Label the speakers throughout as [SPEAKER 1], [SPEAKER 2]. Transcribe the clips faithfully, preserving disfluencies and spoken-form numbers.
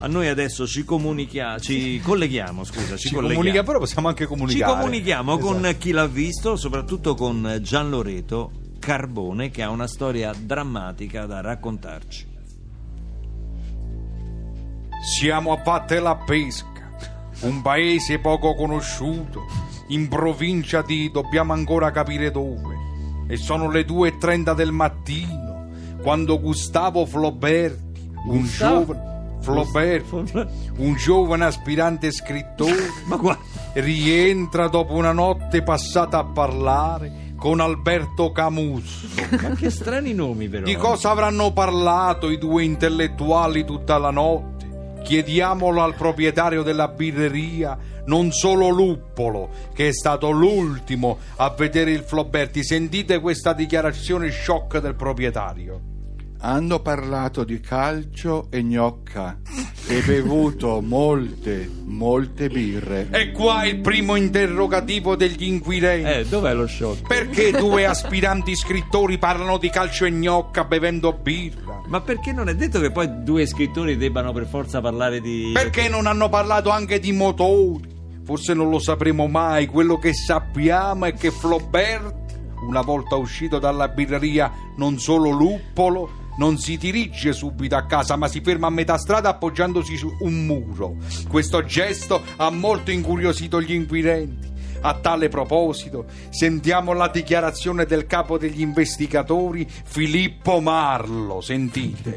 [SPEAKER 1] A noi adesso ci comunichiamo, ci colleghiamo, scusa, ci,
[SPEAKER 2] ci
[SPEAKER 1] colleghiamo.
[SPEAKER 2] comunica, però possiamo anche comunicare.
[SPEAKER 1] Ci comunichiamo
[SPEAKER 2] esatto.
[SPEAKER 1] con chi l'ha visto, soprattutto con Gian Loreto Carbone, che ha una storia drammatica da raccontarci.
[SPEAKER 2] Siamo a Vatte la Pesca, un paese poco conosciuto, in provincia di dobbiamo ancora capire dove. E sono le due e trenta del mattino, quando Gustavo Floberti, un
[SPEAKER 1] Gustavo?
[SPEAKER 2] giovane... Floberti, un giovane aspirante scrittore,
[SPEAKER 1] Ma guarda,
[SPEAKER 2] rientra dopo una notte passata a parlare con Alberto Camus.
[SPEAKER 1] ma che strani nomi però.
[SPEAKER 2] Di cosa avranno parlato i due intellettuali tutta la notte? Chiediamolo al proprietario della birreria, non solo Luppolo, che è stato l'ultimo a vedere il Floberti. Sentite questa dichiarazione shock del proprietario.
[SPEAKER 3] Hanno parlato di calcio e gnocca e bevuto molte, molte birre.
[SPEAKER 2] E qua il primo interrogativo degli inquirenti.
[SPEAKER 1] Eh, dov'è lo shock?
[SPEAKER 2] Perché due aspiranti scrittori parlano di calcio e gnocca bevendo birra?
[SPEAKER 1] Ma perché non è detto che poi due scrittori debbano per forza parlare di...
[SPEAKER 2] Perché non hanno parlato anche di motori? Forse non lo sapremo mai. Quello che sappiamo è che Floberti, una volta uscito dalla birreria, non solo Luppolo, non si dirige subito a casa, ma si ferma a metà strada appoggiandosi su un muro. Questo gesto ha molto incuriosito gli inquirenti. A tale proposito, sentiamo la dichiarazione del capo degli investigatori, Filippo Marlo. Sentite.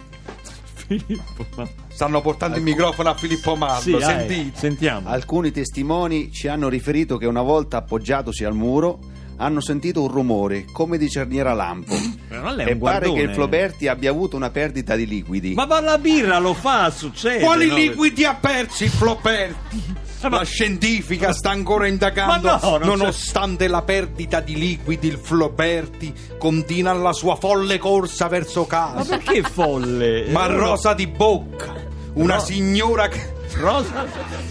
[SPEAKER 1] Filippo, ma...
[SPEAKER 2] Stanno portando il microfono a Filippo Marlo.
[SPEAKER 1] Sì,
[SPEAKER 2] Sentite.
[SPEAKER 1] dai, sentiamo.
[SPEAKER 4] Alcuni testimoni ci hanno riferito che una volta appoggiatosi al muro hanno sentito un rumore come di cerniera lampo
[SPEAKER 1] Però lei è
[SPEAKER 4] e
[SPEAKER 1] un
[SPEAKER 4] pare
[SPEAKER 1] guardone.
[SPEAKER 4] che il Floberti abbia avuto una perdita di liquidi.
[SPEAKER 1] Ma va la birra, lo fa, succede.
[SPEAKER 2] Quali
[SPEAKER 1] no?
[SPEAKER 2] liquidi ha persi il Floberti?
[SPEAKER 1] Ma-
[SPEAKER 2] La scientifica sta ancora indagando.
[SPEAKER 1] Ma no, non
[SPEAKER 2] nonostante la perdita di liquidi, il Floberti continua la sua folle corsa verso casa.
[SPEAKER 1] Ma perché folle?
[SPEAKER 2] Ma
[SPEAKER 1] Eh,
[SPEAKER 2] rosa di bocca, una
[SPEAKER 1] No.
[SPEAKER 2] signora che...
[SPEAKER 1] Rosa?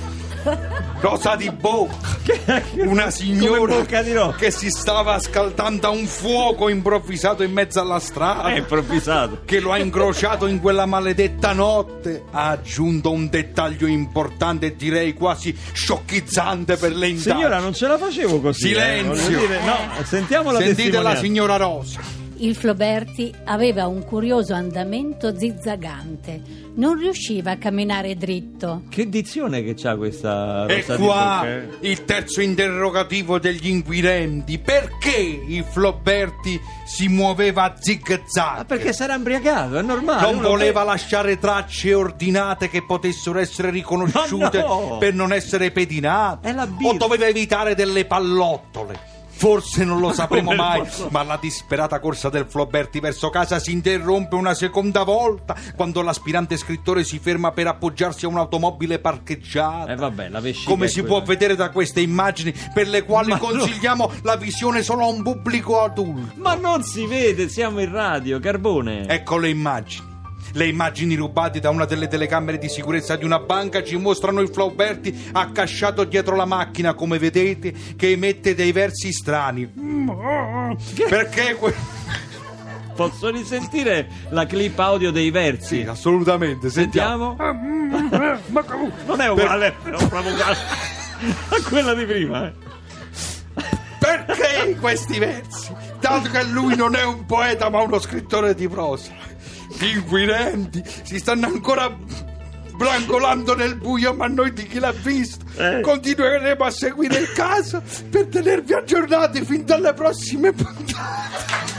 [SPEAKER 2] Rosa di bocca, una signora
[SPEAKER 1] Come bocca di rosa.
[SPEAKER 2] che si stava scaldando a un fuoco improvvisato in mezzo alla strada,
[SPEAKER 1] È improvvisato.
[SPEAKER 2] che lo ha incrociato in quella maledetta notte. Ha aggiunto un dettaglio importante e direi quasi sciocchizzante per le indagini.
[SPEAKER 1] Signora, non ce la facevo così.
[SPEAKER 2] Silenzio.
[SPEAKER 1] eh, voglio dire. No, sentiamo la
[SPEAKER 2] Sentite la
[SPEAKER 1] testimonianza.
[SPEAKER 2] signora Rosa.
[SPEAKER 5] Il Floberti aveva un curioso andamento zizzagante, non riusciva a camminare dritto.
[SPEAKER 1] Che dizione che c'ha questa
[SPEAKER 2] E
[SPEAKER 1] Rosa di
[SPEAKER 2] qua
[SPEAKER 1] bocca, eh?
[SPEAKER 2] il terzo interrogativo degli inquirenti. Perché il Floberti si muoveva a zig-zag?
[SPEAKER 1] Ma perché sarà imbriagato, è normale.
[SPEAKER 2] Non
[SPEAKER 1] uno
[SPEAKER 2] voleva
[SPEAKER 1] che-
[SPEAKER 2] lasciare tracce ordinate che potessero essere riconosciute
[SPEAKER 1] Ma no!
[SPEAKER 2] per non essere pedinate.
[SPEAKER 1] È la birra.
[SPEAKER 2] O doveva evitare delle pallottole. Forse non lo sapremo
[SPEAKER 1] come
[SPEAKER 2] mai,
[SPEAKER 1] posso?
[SPEAKER 2] ma la disperata corsa del Floberti verso casa si interrompe una seconda volta quando l'aspirante scrittore si ferma per appoggiarsi a un'automobile parcheggiata.
[SPEAKER 1] Eh vabbè, la vescica
[SPEAKER 2] Come
[SPEAKER 1] è
[SPEAKER 2] si
[SPEAKER 1] quella.
[SPEAKER 2] può vedere da queste immagini, per le quali
[SPEAKER 1] Ma no.
[SPEAKER 2] consigliamo la visione solo a un pubblico adulto.
[SPEAKER 1] Ma non si vede, siamo in radio, Carbone.
[SPEAKER 2] Ecco le immagini. Le immagini rubate da una delle telecamere di sicurezza di una banca ci mostrano il Floberti accasciato dietro la macchina, come vedete, che emette dei versi strani. Perché que-
[SPEAKER 1] Posso risentire la clip audio dei versi?
[SPEAKER 2] Sì, assolutamente, sentiamo.
[SPEAKER 1] Sentiamo? Non è uguale, però proprio uguale a quella di prima, eh.
[SPEAKER 2] Perché questi versi? Dato che lui non è un poeta ma uno scrittore di prosa. Gli inquirenti si stanno ancora brancolando nel buio, ma noi di chi l'ha visto
[SPEAKER 1] Eh.
[SPEAKER 2] continueremo a seguire il caso per tenervi aggiornati fin dalle prossime puntate.